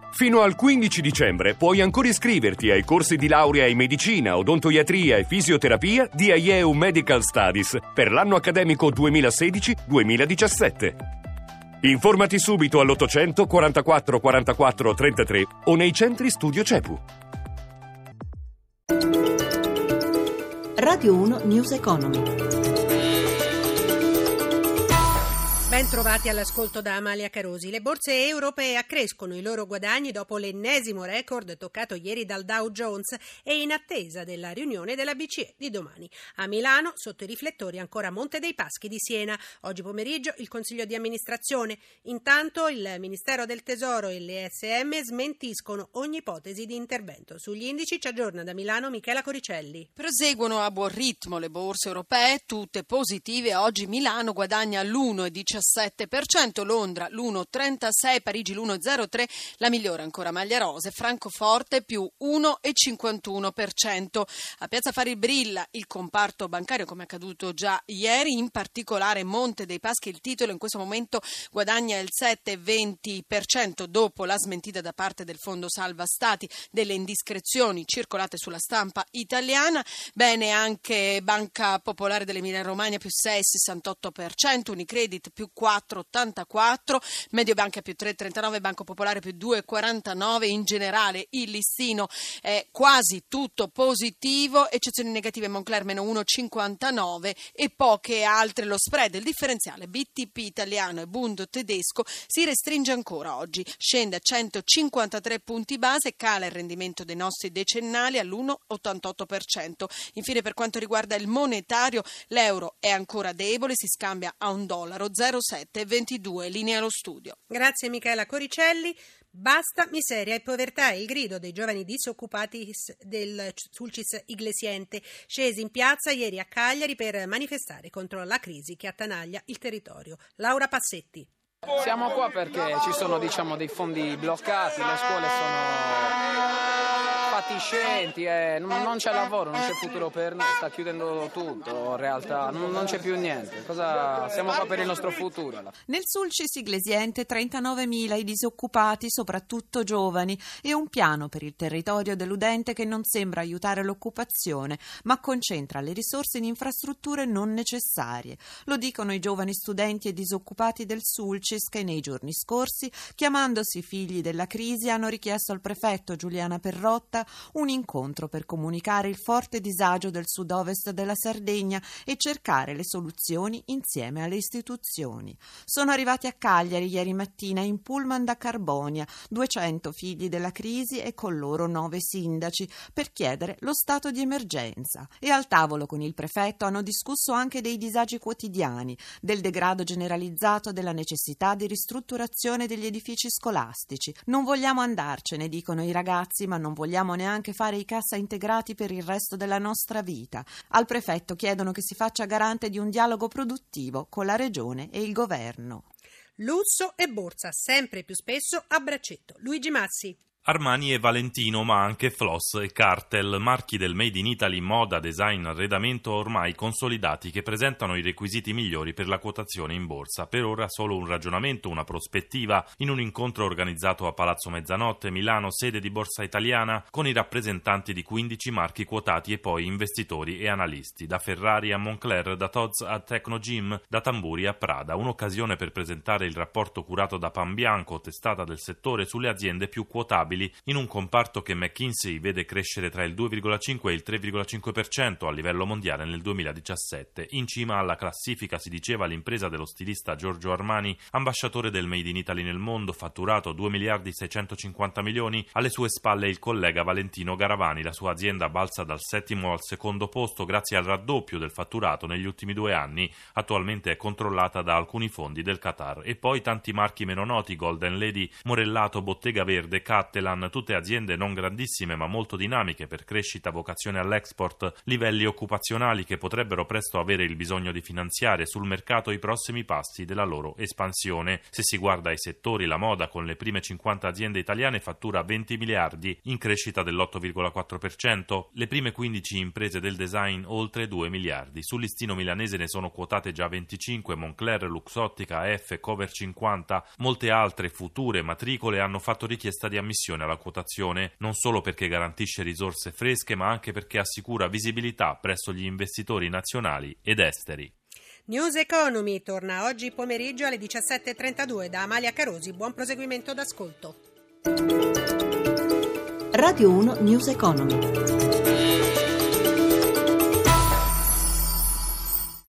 Fino al 15 dicembre puoi ancora iscriverti ai corsi di laurea in medicina, odontoiatria e fisioterapia di IEU Medical Studies per l'anno accademico 2016-2017. Informati subito all'800 44 44 33 o nei centri studio CEPU. Radio 1 News Economy. Ben trovati all'ascolto da Amalia Carosi. Le borse europee accrescono i loro guadagni dopo l'ennesimo record toccato ieri dal Dow Jones e in attesa della riunione della BCE di domani. A Milano, sotto i riflettori, ancora Monte dei Paschi di Siena. Oggi pomeriggio il Consiglio di amministrazione. Intanto il Ministero del Tesoro e l'ESM smentiscono ogni ipotesi di intervento. Sugli indici ci aggiorna da Milano Michela Coricelli. Proseguono a buon ritmo le borse europee, tutte positive. Oggi Milano guadagna l'1,17%, Londra l'1,36%, Parigi l'1,03%, la migliore ancora Maglia Rose, Francoforte più 1,51%. A Piazza Fari brilla il comparto bancario come accaduto già ieri, in particolare Monte dei Paschi, il titolo in questo momento guadagna il 7,20% dopo la smentita da parte del Fondo Salva Stati delle indiscrezioni circolate sulla stampa italiana. Bene anche Banca Popolare dell'Emilia Romagna più 6,68%, Unicredit più 4,84%, Mediobanca più 3,39%, Banco Popolare più 2,49%. In generale il listino è quasi tutto positivo, eccezioni negative Moncler meno 1,59% e poche altre. Lo spread, il differenziale BTP italiano e Bund tedesco si restringe ancora oggi, scende a 153 punti base, cala il rendimento dei nostri decennali all'1,88%. Infine, per quanto riguarda il monetario, l'euro è ancora debole, si scambia a $1 0,722. Linea allo studio. Grazie Michela Coricelli. Basta miseria e povertà è il grido dei giovani disoccupati del Sulcis Iglesiente, scesi in piazza ieri a Cagliari per manifestare contro la crisi che attanaglia il territorio. Laura Passetti. Siamo qua perché ci sono dei fondi bloccati, le scuole sono fatiscenti, non c'è lavoro, non c'è futuro per noi, sta chiudendo tutto, in realtà non c'è più niente. Siamo qua per il nostro futuro. Nel Sulcis Iglesiente 39.000 i disoccupati, soprattutto giovani, e un piano per il territorio deludente che non sembra aiutare l'occupazione, ma concentra le risorse in infrastrutture non necessarie. Lo dicono i giovani studenti e disoccupati del Sulcis che nei giorni scorsi, chiamandosi figli della crisi, hanno richiesto al prefetto Giuliana Perrotta un incontro per comunicare il forte disagio del sud-ovest della Sardegna e cercare le soluzioni insieme alle istituzioni. Sono arrivati a Cagliari ieri mattina in pullman da Carbonia 200 figli della crisi e con loro 9 sindaci per chiedere lo stato di emergenza, e al tavolo con il prefetto hanno discusso anche dei disagi quotidiani, del degrado generalizzato, della necessità di ristrutturazione degli edifici scolastici. Non vogliamo andarcene, dicono i ragazzi, ma non vogliamo neanche fare i cassa integrati per il resto della nostra vita. Al prefetto chiedono che si faccia garante di un dialogo produttivo con la regione e il governo. Lusso e borsa sempre più spesso a braccetto. Luigi Massi. Armani e Valentino, ma anche Floss e Cartel, marchi del Made in Italy moda, design, arredamento ormai consolidati che presentano i requisiti migliori per la quotazione in borsa. Per ora solo un ragionamento, una prospettiva, in un incontro organizzato a Palazzo Mezzanotte, Milano, sede di Borsa Italiana, con i rappresentanti di 15 marchi quotati e poi investitori e analisti, da Ferrari a Moncler, da Tod's a Tecnogym, da Tamburi a Prada. Un'occasione per presentare il rapporto curato da Panbianco, testata del settore, sulle aziende più quotabili in un comparto che McKinsey vede crescere tra il 2,5 e il 3,5% a livello mondiale nel 2017. In cima alla classifica si diceva l'impresa dello stilista Giorgio Armani, ambasciatore del Made in Italy nel mondo, fatturato 2 miliardi 650 milioni, alle sue spalle il collega Valentino Garavani. La sua azienda balza dal settimo al secondo posto grazie al raddoppio del fatturato negli ultimi 2 anni, attualmente è controllata da alcuni fondi del Qatar. E poi tanti marchi meno noti, Golden Lady, Morellato, Bottega Verde, Catte, Celan, tutte aziende non grandissime ma molto dinamiche per crescita, vocazione all'export, livelli occupazionali che potrebbero presto avere il bisogno di finanziare sul mercato i prossimi passi della loro espansione. Se si guarda ai settori, la moda con le prime 50 aziende italiane fattura 20 miliardi, in crescita dell'8,4%, le prime 15 imprese del design oltre 2 miliardi. Sul listino milanese ne sono quotate già 25, Moncler, Luxottica, AF, Cover 50, molte altre future matricole hanno fatto richiesta di ammissione alla quotazione, non solo perché garantisce risorse fresche ma anche perché assicura visibilità presso gli investitori nazionali ed esteri. News Economy torna oggi pomeriggio alle 17.32 da Amalia Carosi. Buon proseguimento d'ascolto. Radio 1 News Economy.